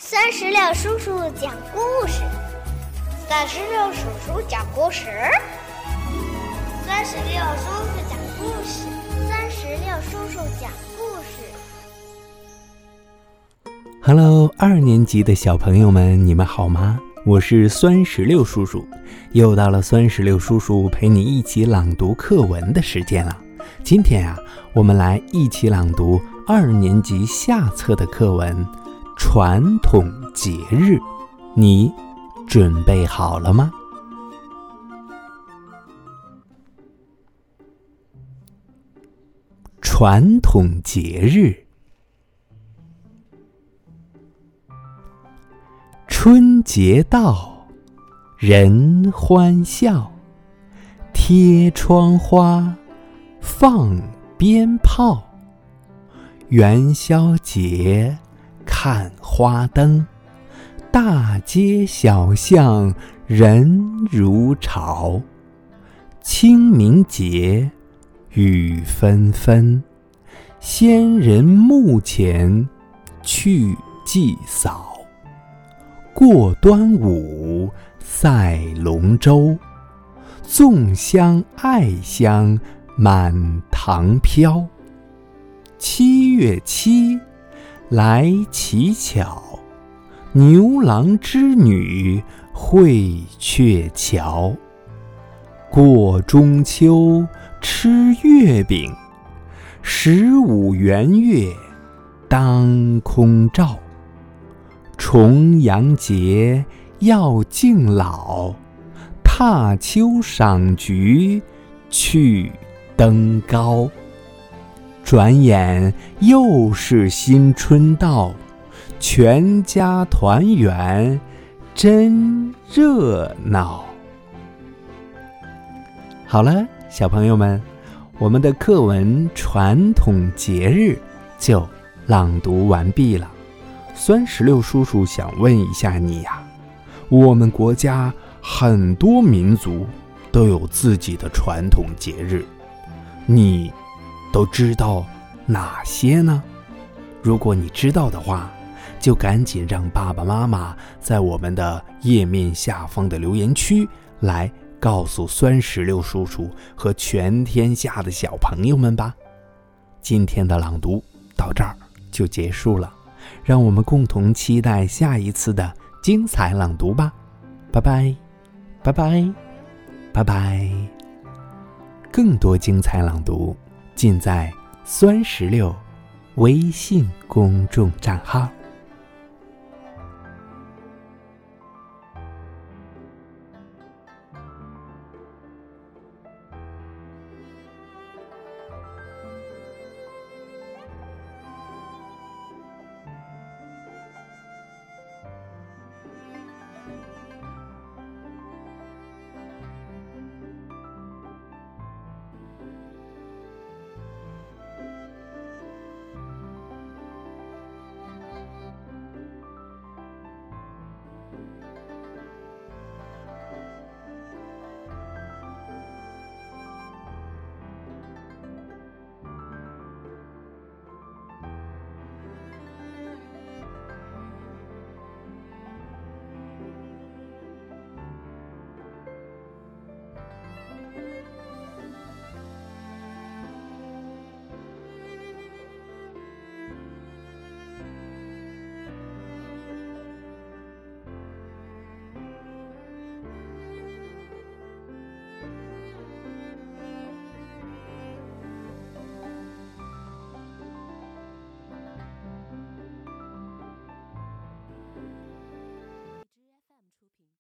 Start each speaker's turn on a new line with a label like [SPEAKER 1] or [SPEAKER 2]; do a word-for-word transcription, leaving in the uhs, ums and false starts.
[SPEAKER 1] 酸石榴叔叔讲故事，酸石榴叔叔讲故事，酸石榴叔叔讲故事，酸石榴叔叔讲故事。
[SPEAKER 2] Hello， 二年级的小朋友们，你们好吗？我是酸石榴叔叔，又到了酸石榴叔叔陪你一起朗读课文的时间了。今天啊，我们来一起朗读二年级下册的课文传统节日，你准备好了吗？传统节日，春节到，人欢笑，贴窗花，放鞭炮，元宵节看花灯，大街小巷人如潮，清明节雨纷纷，先人墓前去祭扫，过端午赛龙舟，粽香艾香满堂飘，七月七来乞巧，牛郎织女会鹊桥，过中秋吃月饼，十五圆月当空照，重阳节要敬老，踏秋赏菊去登高，转眼又是新春到，全家团圆真热闹。好了，小朋友们，我们的课文传统节日就朗读完毕了。酸石榴叔叔想问一下你呀、啊，我们国家很多民族都有自己的传统节日，你都知道哪些呢？如果你知道的话，就赶紧让爸爸妈妈在我们的页面下方的留言区来告诉酸石榴叔叔和全天下的小朋友们吧。今天的朗读到这儿就结束了，让我们共同期待下一次的精彩朗读吧。拜拜，拜拜，拜拜。更多精彩朗读尽在酸石榴微信公众账号。